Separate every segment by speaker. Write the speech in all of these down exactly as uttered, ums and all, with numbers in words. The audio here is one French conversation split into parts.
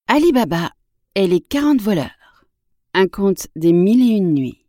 Speaker 1: Ali Baba et les quarante voleurs. Un conte des mille et une nuits.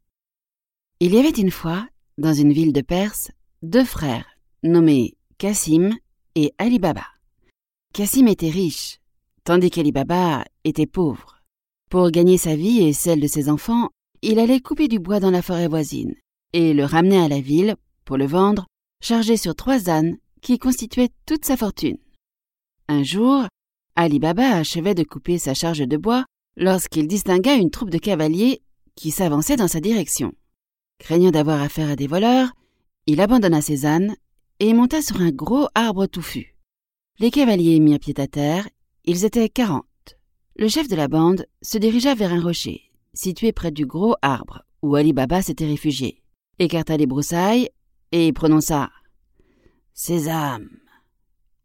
Speaker 1: Il y avait une fois, dans une ville de Perse, deux frères, nommés Cassim et Ali Baba. Cassim était riche, tandis qu'Ali Baba était pauvre. Pour gagner sa vie et celle de ses enfants, il allait couper du bois dans la forêt voisine et le ramener à la ville pour le vendre, chargé sur trois ânes qui constituaient toute sa fortune. Un jour, Ali Baba achevait de couper sa charge de bois lorsqu'il distingua une troupe de cavaliers qui s'avançait dans sa direction. Craignant d'avoir affaire à des voleurs, il abandonna ses ânes et monta sur un gros arbre touffu. Les cavaliers mirent pied à terre, ils étaient quarante. Le chef de la bande se dirigea vers un rocher, situé près du gros arbre où Ali Baba s'était réfugié, écarta les broussailles et prononça « Sésame, ouvre-toi !»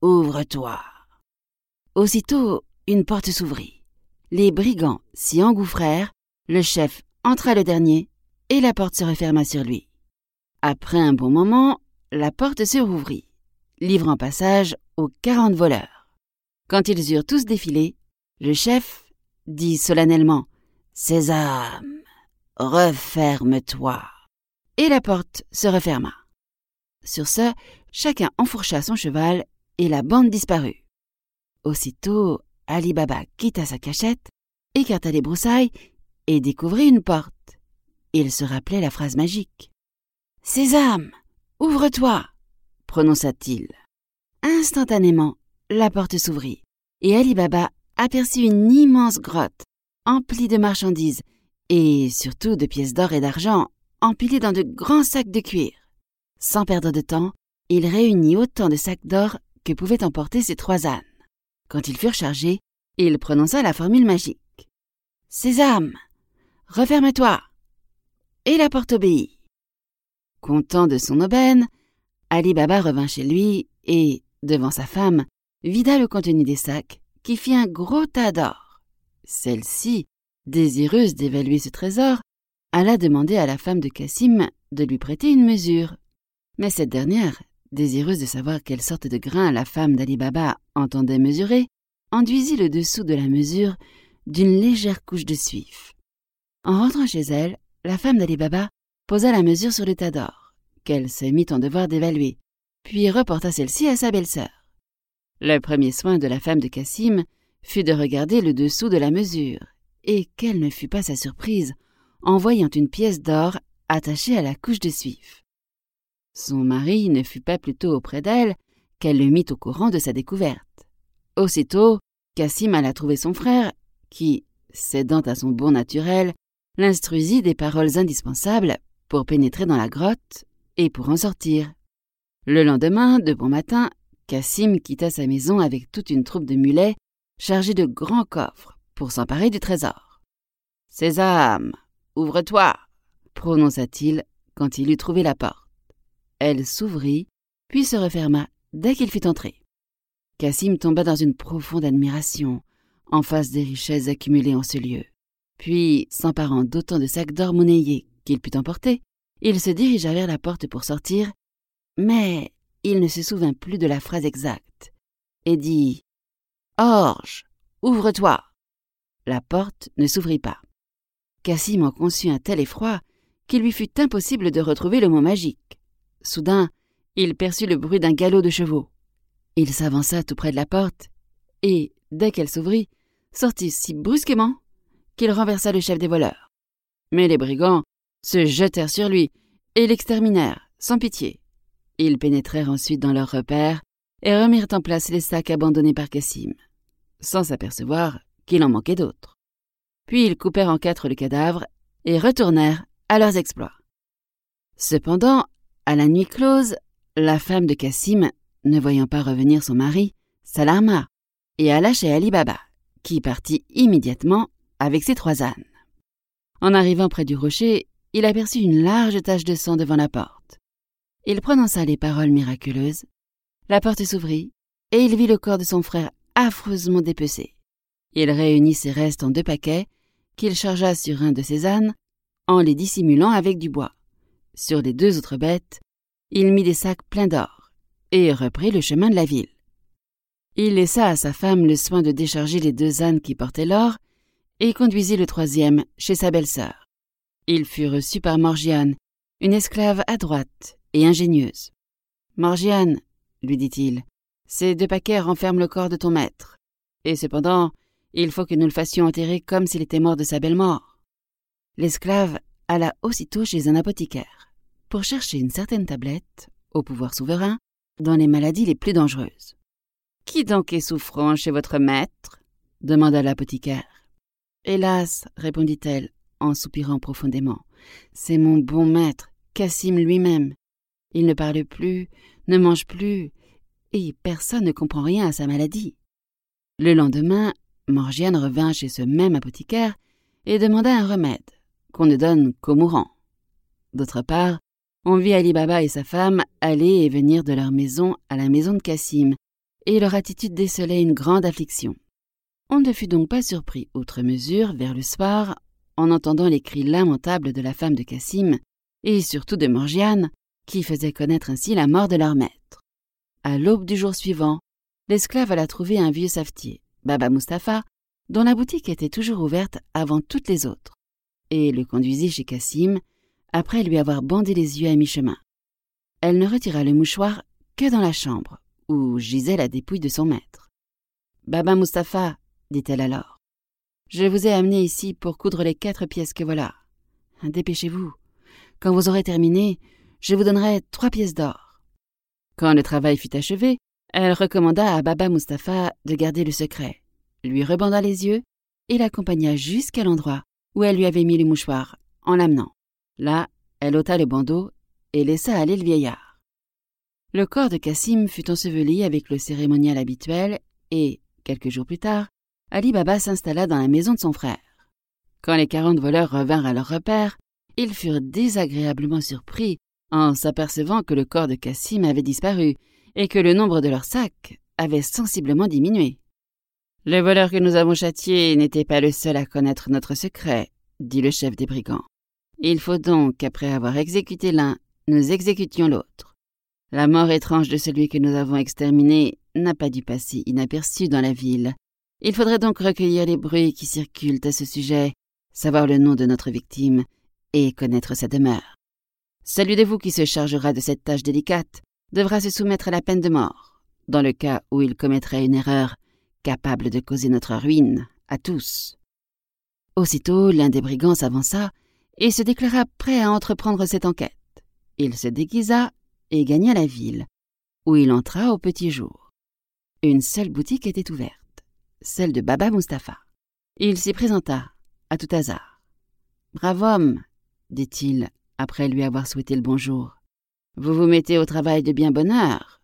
Speaker 1: Aussitôt, une porte s'ouvrit. Les brigands s'y engouffrèrent, le chef entra le dernier et la porte se referma sur lui. Après un bon moment, la porte se rouvrit, livrant passage aux quarante voleurs. Quand ils eurent tous défilé, le chef dit solennellement « Sésame, referme-toi !» et la porte se referma. Sur ce, chacun enfourcha son cheval et la bande disparut. Aussitôt, Ali Baba quitta sa cachette, écarta les broussailles et découvrit une porte. Il se rappelait la phrase magique. « Sésame, ouvre-toi !» prononça-t-il. Instantanément, la porte s'ouvrit et Ali Baba aperçut une immense grotte emplie de marchandises et surtout de pièces d'or et d'argent empilées dans de grands sacs de cuir. Sans perdre de temps, il réunit autant de sacs d'or que pouvaient emporter ses trois ânes. Quand ils furent chargés, il prononça la formule magique. « Sésame, referme-toi !» Et la porte obéit. Content de son aubaine, Ali Baba revint chez lui et, devant sa femme, vida le contenu des sacs qui fit un gros tas d'or. Celle-ci, désireuse d'évaluer ce trésor, alla demander à la femme de Cassim de lui prêter une mesure. Mais cette dernière, désireuse de savoir quelle sorte de grain la femme d'Ali Baba entendait mesurer, enduisit le dessous de la mesure d'une légère couche de suif. En rentrant chez elle, la femme d'Ali Baba posa la mesure sur le tas d'or, qu'elle se mit en devoir d'évaluer, puis reporta celle-ci à sa belle-sœur. Le premier soin de la femme de Cassim fut de regarder le dessous de la mesure, et quelle ne fut pas sa surprise en voyant une pièce d'or attachée à la couche de suif. Son mari ne fut pas plus tôt auprès d'elle qu'elle le mit au courant de sa découverte. Aussitôt, Cassim alla trouver son frère, qui, cédant à son bon naturel, l'instruisit des paroles indispensables pour pénétrer dans la grotte et pour en sortir. Le lendemain, de bon matin, Cassim quitta sa maison avec toute une troupe de mulets chargés de grands coffres pour s'emparer du trésor. « Sésame, ouvre-toi !» prononça-t-il quand il eut trouvé la porte. Elle s'ouvrit, puis se referma dès qu'il fut entré. Cassim tomba dans une profonde admiration en face des richesses accumulées en ce lieu. Puis, s'emparant d'autant de sacs d'or monnayés qu'il put emporter, il se dirigea vers la porte pour sortir, mais il ne se souvint plus de la phrase exacte et dit « Orge, ouvre-toi !» La porte ne s'ouvrit pas. Cassim en conçut un tel effroi qu'il lui fut impossible de retrouver le mot magique. Soudain, il perçut le bruit d'un galop de chevaux. Il s'avança tout près de la porte et, dès qu'elle s'ouvrit, sortit si brusquement qu'il renversa le chef des voleurs. Mais les brigands se jetèrent sur lui et l'exterminèrent, sans pitié. Ils pénétrèrent ensuite dans leur repère et remirent en place les sacs abandonnés par Cassim, sans s'apercevoir qu'il en manquait d'autres. Puis ils coupèrent en quatre le cadavre et retournèrent à leurs exploits. Cependant, à la nuit close, la femme de Cassim, ne voyant pas revenir son mari, s'alarma et alla chez Ali Baba, qui partit immédiatement avec ses trois ânes. En arrivant près du rocher, il aperçut une large tache de sang devant la porte. Il prononça les paroles miraculeuses, la porte s'ouvrit et il vit le corps de son frère affreusement dépecé. Il réunit ses restes en deux paquets qu'il chargea sur un de ses ânes en les dissimulant avec du bois. Sur les deux autres bêtes, il mit des sacs pleins d'or et reprit le chemin de la ville. Il laissa à sa femme le soin de décharger les deux ânes qui portaient l'or et conduisit le troisième chez sa belle-sœur. Il fut reçu par Morgiane, une esclave adroite et ingénieuse. « Morgiane, lui dit-il, ces deux paquets renferment le corps de ton maître. Et cependant, il faut que nous le fassions enterrer comme s'il était mort de sa belle mort. » L'esclave alla aussitôt chez un apothicaire pour chercher une certaine tablette, au pouvoir souverain, dans les maladies les plus dangereuses. « Qui donc est souffrant chez votre maître ?» demanda l'apothicaire. « Hélas, répondit-elle, en soupirant profondément, c'est mon bon maître, Cassim lui-même. Il ne parle plus, ne mange plus, et personne ne comprend rien à sa maladie. » Le lendemain, Morgiane revint chez ce même apothicaire et demanda un remède qu'on ne donne qu'aux mourants. D'autre part, on vit Ali Baba et sa femme aller et venir de leur maison à la maison de Cassim, et leur attitude décelait une grande affliction. On ne fut donc pas surpris, outre mesure, vers le soir, en entendant les cris lamentables de la femme de Cassim, et surtout de Morgiane, qui faisait connaître ainsi la mort de leur maître. À l'aube du jour suivant, l'esclave alla trouver un vieux savetier, Baba Mustapha, dont la boutique était toujours ouverte avant toutes les autres, et le conduisit chez Cassim, après lui avoir bandé les yeux à mi-chemin. Elle ne retira le mouchoir que dans la chambre, où gisait la dépouille de son maître. « Baba Mustapha, dit-elle alors, je vous ai amené ici pour coudre les quatre pièces que voilà. Dépêchez-vous. Quand vous aurez terminé, je vous donnerai trois pièces d'or. » Quand le travail fut achevé, elle recommanda à Baba Mustapha de garder le secret, lui rebanda les yeux et l'accompagna jusqu'à l'endroit où elle lui avait mis le mouchoir, en l'amenant. Là, elle ôta le bandeau et laissa aller le vieillard. Le corps de Cassim fut enseveli avec le cérémonial habituel et, quelques jours plus tard, Ali Baba s'installa dans la maison de son frère. Quand les quarante voleurs revinrent à leur repère, ils furent désagréablement surpris en s'apercevant que le corps de Cassim avait disparu et que le nombre de leurs sacs avait sensiblement diminué. « Le voleur que nous avons châtié n'était pas le seul à connaître notre secret, » dit le chef des brigands. « Il faut donc qu'après avoir exécuté l'un, nous exécutions l'autre. La mort étrange de celui que nous avons exterminé n'a pas dû passer inaperçue dans la ville. Il faudrait donc recueillir les bruits qui circulent à ce sujet, savoir le nom de notre victime et connaître sa demeure. Celui de vous qui se chargera de cette tâche délicate devra se soumettre à la peine de mort, dans le cas où il commettrait une erreur capable de causer notre ruine à tous. » Aussitôt, l'un des brigands s'avança et se déclara prêt à entreprendre cette enquête. Il se déguisa et gagna la ville, où il entra au petit jour. Une seule boutique était ouverte, celle de Baba Mustapha. Il s'y présenta, à tout hasard. « Brave homme, dit-il, après lui avoir souhaité le bonjour. Vous vous mettez au travail de bien bonne heure.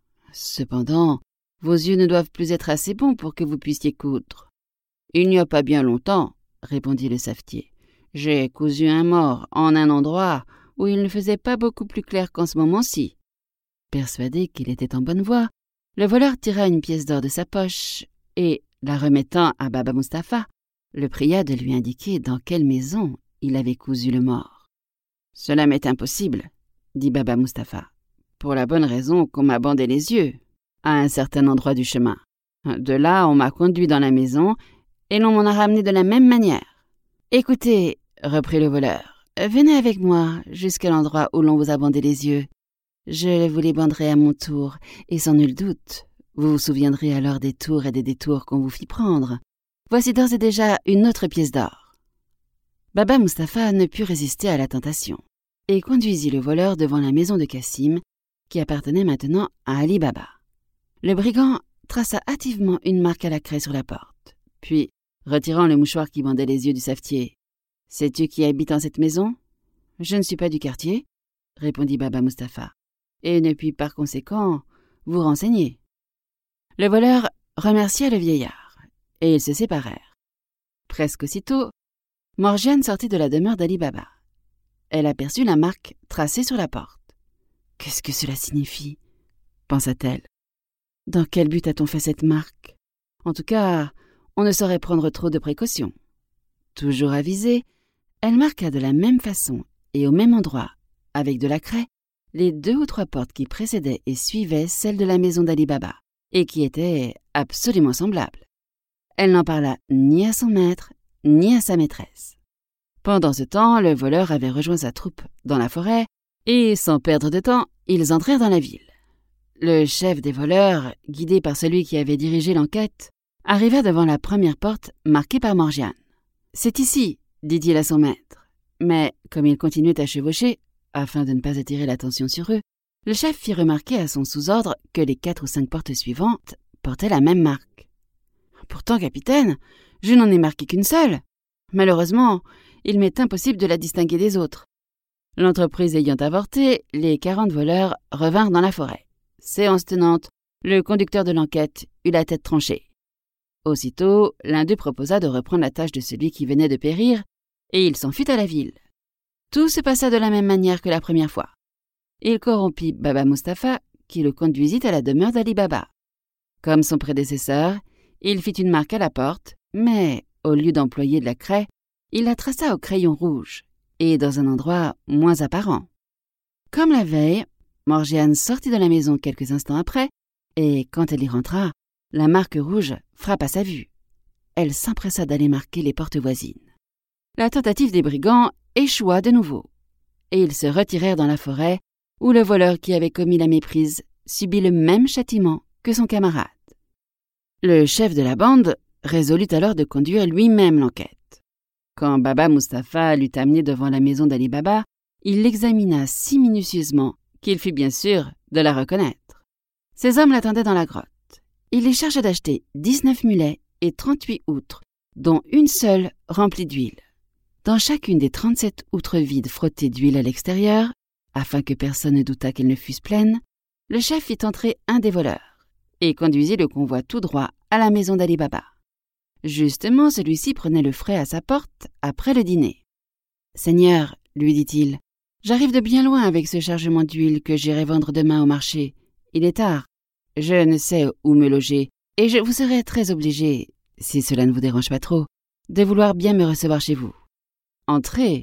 Speaker 1: Cependant, vos yeux ne doivent plus être assez bons pour que vous puissiez coudre. »« Il n'y a pas bien longtemps, répondit le savetier. J'ai cousu un mort en un endroit où il ne faisait pas beaucoup plus clair qu'en ce moment-ci. » Persuadé qu'il était en bonne voie, le voleur tira une pièce d'or de sa poche et, la remettant à Baba Mustapha, le pria de lui indiquer dans quelle maison il avait cousu le mort. « Cela m'est impossible, » dit Baba Mustapha, « pour la bonne raison qu'on m'a bandé les yeux à un certain endroit du chemin. De là, on m'a conduit dans la maison et l'on m'en a ramené de la même manière. »« Écoutez, » reprit le voleur, « venez avec moi jusqu'à l'endroit où l'on vous a bandé les yeux. Je vous les banderai à mon tour, et sans nul doute, vous vous souviendrez alors des tours et des détours qu'on vous fit prendre. Voici d'ores et déjà une autre pièce d'or. » Baba Mustapha ne put résister à la tentation et conduisit le voleur devant la maison de Cassim, qui appartenait maintenant à Ali Baba. Le brigand traça hâtivement une marque à la craie sur la porte, puis, retirant le mouchoir qui bandait les yeux du savetier, « Sais-tu qui habite en cette maison ?»« Je ne suis pas du quartier, » répondit Baba Mustapha, « et ne puis par conséquent vous renseigner. » Le voleur remercia le vieillard, et ils se séparèrent. Presque aussitôt, Morgiane sortit de la demeure d'Ali Baba. Elle aperçut la marque tracée sur la porte. « Qu'est-ce que cela signifie ?» pensa-t-elle. « Dans quel but a-t-on fait cette marque ? En tout cas, on ne saurait prendre trop de précautions. » Toujours avisée, elle marqua de la même façon et au même endroit, avec de la craie, les deux ou trois portes qui précédaient et suivaient celle de la maison d'Ali Baba, et qui était absolument semblable. Elle n'en parla ni à son maître, ni à sa maîtresse. Pendant ce temps, le voleur avait rejoint sa troupe dans la forêt, et sans perdre de temps, ils entrèrent dans la ville. Le chef des voleurs, guidé par celui qui avait dirigé l'enquête, arriva devant la première porte marquée par Morgiane. « C'est ici », dit-il à son maître. Mais, comme il continuait à chevaucher, afin de ne pas attirer l'attention sur eux, le chef fit remarquer à son sous-ordre que les quatre ou cinq portes suivantes portaient la même marque. « Pourtant, capitaine, je n'en ai marqué qu'une seule. Malheureusement, il m'est impossible de la distinguer des autres. » L'entreprise ayant avorté, les quarante voleurs revinrent dans la forêt. Séance tenante, le conducteur de l'enquête eut la tête tranchée. Aussitôt, l'un d'eux proposa de reprendre la tâche de celui qui venait de périr, et il s'en fut à la ville. Tout se passa de la même manière que la première fois. Il corrompit Baba Mustapha, qui le conduisit à la demeure d'Ali Baba. Comme son prédécesseur, il fit une marque à la porte, mais, au lieu d'employer de la craie, il la traça au crayon rouge, et dans un endroit moins apparent. Comme la veille, Morgiane sortit de la maison quelques instants après, et quand elle y rentra, la marque rouge frappa sa vue. Elle s'empressa d'aller marquer les portes voisines. La tentative des brigands échoua de nouveau, et ils se retirèrent dans la forêt, où le voleur qui avait commis la méprise subit le même châtiment que son camarade. Le chef de la bande résolut alors de conduire lui-même l'enquête. Quand Baba Mustapha l'eut amené devant la maison d'Ali Baba, il l'examina si minutieusement qu'il fut bien sûr de la reconnaître. Ces hommes l'attendaient dans la grotte. Il les chargea d'acheter dix-neuf mulets et trente-huit outres, dont une seule remplie d'huile. Dans chacune des trente-sept outres vides frottées d'huile à l'extérieur, afin que personne ne doutât qu'elles ne fussent pleines, le chef fit entrer un des voleurs et conduisit le convoi tout droit à la maison d'Ali Baba. Justement, celui-ci prenait le frais à sa porte après le dîner. « Seigneur, lui dit-il, j'arrive de bien loin avec ce chargement d'huile que j'irai vendre demain au marché. Il est tard. Je ne sais où me loger, et je vous serai très obligé, si cela ne vous dérange pas trop, de vouloir bien me recevoir chez vous. »« Entrez, »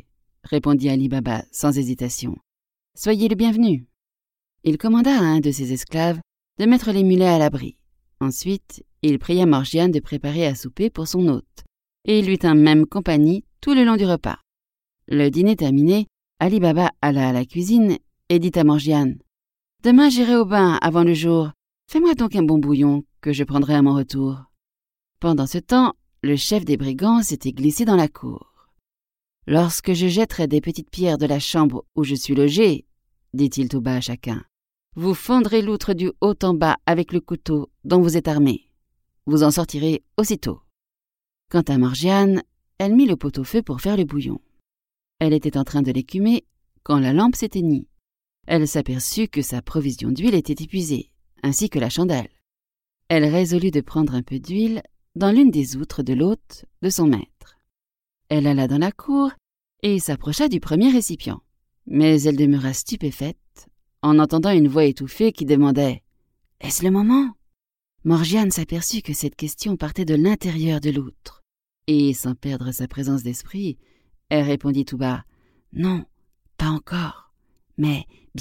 Speaker 1: répondit Ali Baba sans hésitation. « Soyez le bienvenu. » Il commanda à un de ses esclaves de mettre les mulets à l'abri. Ensuite, il pria Morgiane de préparer à souper pour son hôte, et il lui tint même compagnie tout le long du repas. Le dîner terminé, Ali Baba alla à la cuisine et dit à Morgiane : « Demain j'irai au bain avant le jour. Fais-moi donc un bon bouillon que je prendrai à mon retour. » Pendant ce temps, le chef des brigands s'était glissé dans la cour. « Lorsque je jetterai des petites pierres de la chambre où je suis logé, dit-il tout bas à chacun, vous fendrez l'outre du haut en bas avec le couteau dont vous êtes armé. Vous en sortirez aussitôt. » Quant à Morgiane, elle mit le pot au feu pour faire le bouillon. Elle était en train de l'écumer quand la lampe s'éteignit. Elle s'aperçut que sa provision d'huile était épuisée, ainsi que la chandelle. Elle résolut de prendre un peu d'huile dans l'une des outres de l'hôte de son maître. Elle alla dans la cour et s'approcha du premier récipient. Mais elle demeura stupéfaite en entendant une voix étouffée qui demandait « Est-ce le moment ?» Morgiane s'aperçut que cette question partait de l'intérieur de l'outre, et sans perdre sa présence d'esprit, elle répondit tout bas « Non, pas encore, mais bientôt. »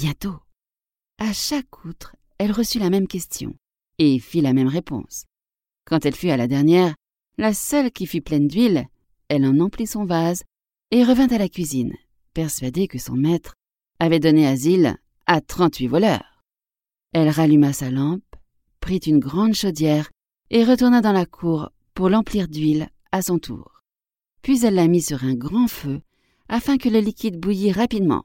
Speaker 1: À chaque outre, elle reçut la même question et fit la même réponse. Quand elle fut à la dernière, la seule qui fut pleine d'huile, elle en emplit son vase et revint à la cuisine, persuadée que son maître avait donné asile à trente-huit voleurs. Elle ralluma sa lampe, prit une grande chaudière et retourna dans la cour pour l'emplir d'huile à son tour. Puis elle la mit sur un grand feu afin que le liquide bouillît rapidement,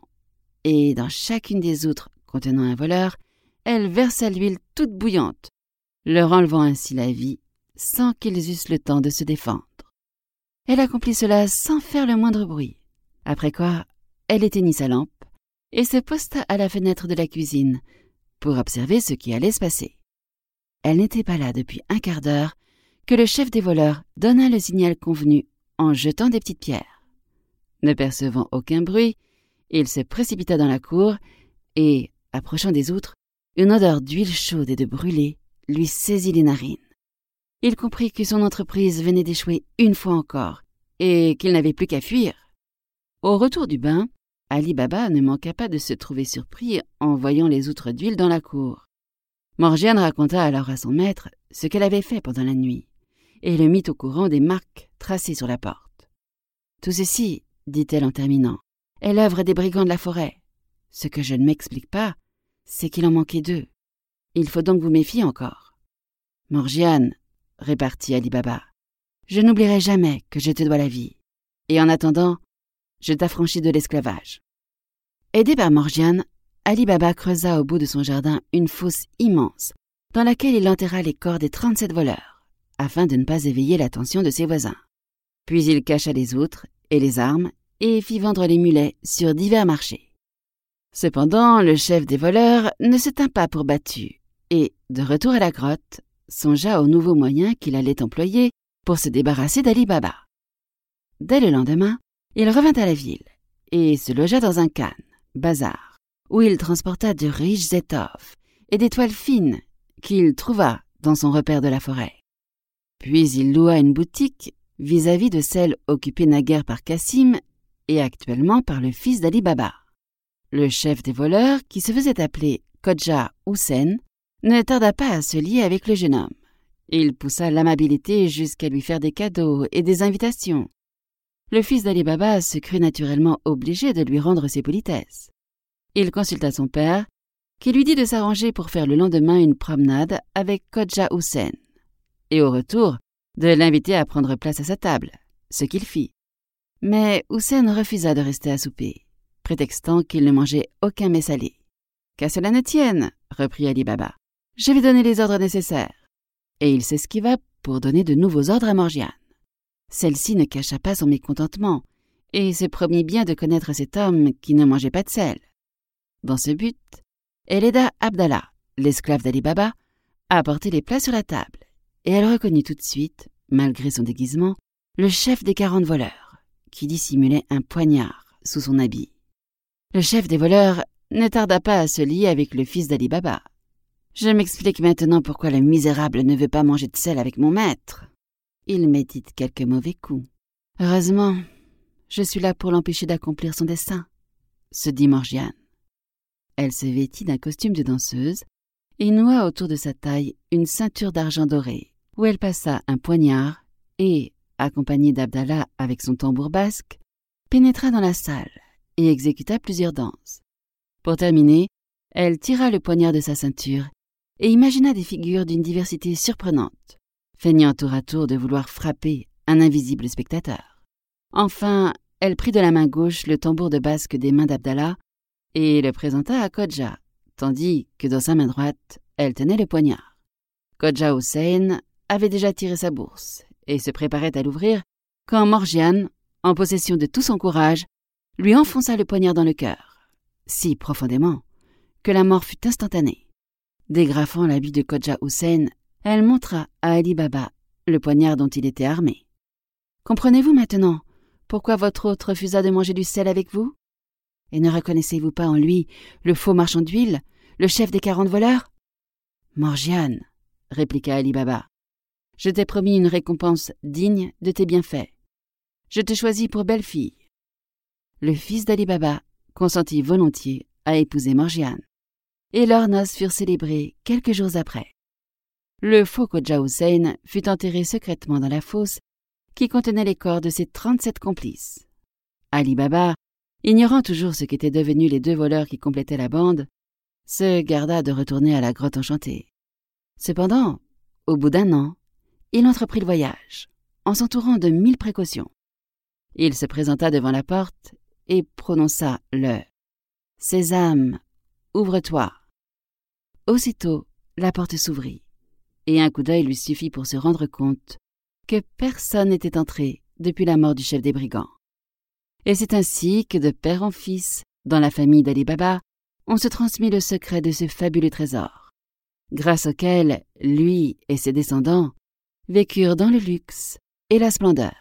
Speaker 1: et dans chacune des outres contenant un voleur, elle versa l'huile toute bouillante, leur enlevant ainsi la vie sans qu'ils eussent le temps de se défendre. Elle accomplit cela sans faire le moindre bruit, après quoi elle éteignit sa lampe et se posta à la fenêtre de la cuisine pour observer ce qui allait se passer. Elle n'était pas là depuis un quart d'heure que le chef des voleurs donna le signal convenu en jetant des petites pierres. Ne percevant aucun bruit, il se précipita dans la cour et, approchant des outres, une odeur d'huile chaude et de brûlée lui saisit les narines. Il comprit que son entreprise venait d'échouer une fois encore et qu'il n'avait plus qu'à fuir. Au retour du bain, Ali Baba ne manqua pas de se trouver surpris en voyant les outres d'huile dans la cour. Morgiane raconta alors à son maître ce qu'elle avait fait pendant la nuit, et le mit au courant des marques tracées sur la porte. « Tout ceci, dit-elle en terminant, est l'œuvre des brigands de la forêt. Ce que je ne m'explique pas, c'est qu'il en manquait deux. Il faut donc vous méfier encore. »« Morgiane, répartit Ali Baba, je n'oublierai jamais que je te dois la vie, et en attendant, je t'affranchis de l'esclavage. » Aidé par Morgiane, Ali Baba creusa au bout de son jardin une fosse immense dans laquelle il enterra les corps des trente-sept voleurs, afin de ne pas éveiller l'attention de ses voisins. Puis il cacha les outres et les armes et fit vendre les mulets sur divers marchés. Cependant, le chef des voleurs ne se tint pas pour battu et, de retour à la grotte, songea aux nouveaux moyens qu'il allait employer pour se débarrasser d'Ali Baba. Dès le lendemain, il revint à la ville et se logea dans un khan, bazar, où il transporta de riches étoffes et des toiles fines qu'il trouva dans son repère de la forêt. Puis il loua une boutique vis-à-vis de celle occupée naguère par Cassim et actuellement par le fils d'Ali Baba. Le chef des voleurs, qui se faisait appeler Kodja Houssen, ne tarda pas à se lier avec le jeune homme. Il poussa l'amabilité jusqu'à lui faire des cadeaux et des invitations. Le fils d'Ali Baba se crut naturellement obligé de lui rendre ses politesses. Il consulta son père, qui lui dit de s'arranger pour faire le lendemain une promenade avec Kodja Houssen, et au retour, de l'inviter à prendre place à sa table, ce qu'il fit. Mais Houssen refusa de rester à souper, prétextant qu'il ne mangeait aucun mets salé. « Qu'à cela ne tienne, » reprit Ali Baba, « je vais donner les ordres nécessaires. » Et il s'esquiva pour donner de nouveaux ordres à Morgiane. Celle-ci ne cacha pas son mécontentement et se promit bien de connaître cet homme qui ne mangeait pas de sel. Dans ce but, elle aida Abdallah, l'esclave d'Ali Baba, à porter les plats sur la table, et elle reconnut tout de suite, malgré son déguisement, le chef des quarante voleurs, qui dissimulait un poignard sous son habit. Le chef des voleurs ne tarda pas à se lier avec le fils d'Ali Baba. « Je m'explique maintenant pourquoi le misérable ne veut pas manger de sel avec mon maître. Il médite quelques mauvais coups. Heureusement, je suis là pour l'empêcher d'accomplir son dessein, » se dit Morgiane. Elle se vêtit d'un costume de danseuse et noua autour de sa taille une ceinture d'argent doré, où elle passa un poignard et, accompagnée d'Abdallah avec son tambour basque, pénétra dans la salle et exécuta plusieurs danses. Pour terminer, elle tira le poignard de sa ceinture et imagina des figures d'une diversité surprenante, feignant tour à tour de vouloir frapper un invisible spectateur. Enfin, elle prit de la main gauche le tambour de basque des mains d'Abdallah et le présenta à Kodja, tandis que dans sa main droite, elle tenait le poignard. Kodja Houssen avait déjà tiré sa bourse et se préparait à l'ouvrir quand Morgiane, en possession de tout son courage, lui enfonça le poignard dans le cœur, si profondément que la mort fut instantanée. Dégrafant l'habit de Kodja Houssen, elle montra à Ali Baba le poignard dont il était armé. « Comprenez-vous maintenant pourquoi votre hôte refusa de manger du sel avec vous? Et ne reconnaissez-vous pas en lui le faux marchand d'huile, le chef des quarante voleurs? »« Morgiane, » répliqua Ali Baba, « je t'ai promis une récompense digne de tes bienfaits. Je te choisis pour belle-fille. » Le fils d'Ali Baba consentit volontiers à épouser Morgiane, et leurs noces furent célébrées quelques jours après. Le faux Kodja Houssen fut enterré secrètement dans la fosse qui contenait les corps de ses trente-sept complices. Ali Baba, ignorant toujours ce qu'étaient devenus les deux voleurs qui complétaient la bande, se garda de retourner à la grotte enchantée. Cependant, au bout d'un an, il entreprit le voyage, en s'entourant de mille précautions. Il se présenta devant la porte et prononça le « Sésame, ouvre-toi ». Aussitôt, la porte s'ouvrit, et un coup d'œil lui suffit pour se rendre compte que personne n'était entré depuis la mort du chef des brigands. Et c'est ainsi que de père en fils, dans la famille d'Ali Baba, on se transmit le secret de ce fabuleux trésor, grâce auquel lui et ses descendants vécurent dans le luxe et la splendeur.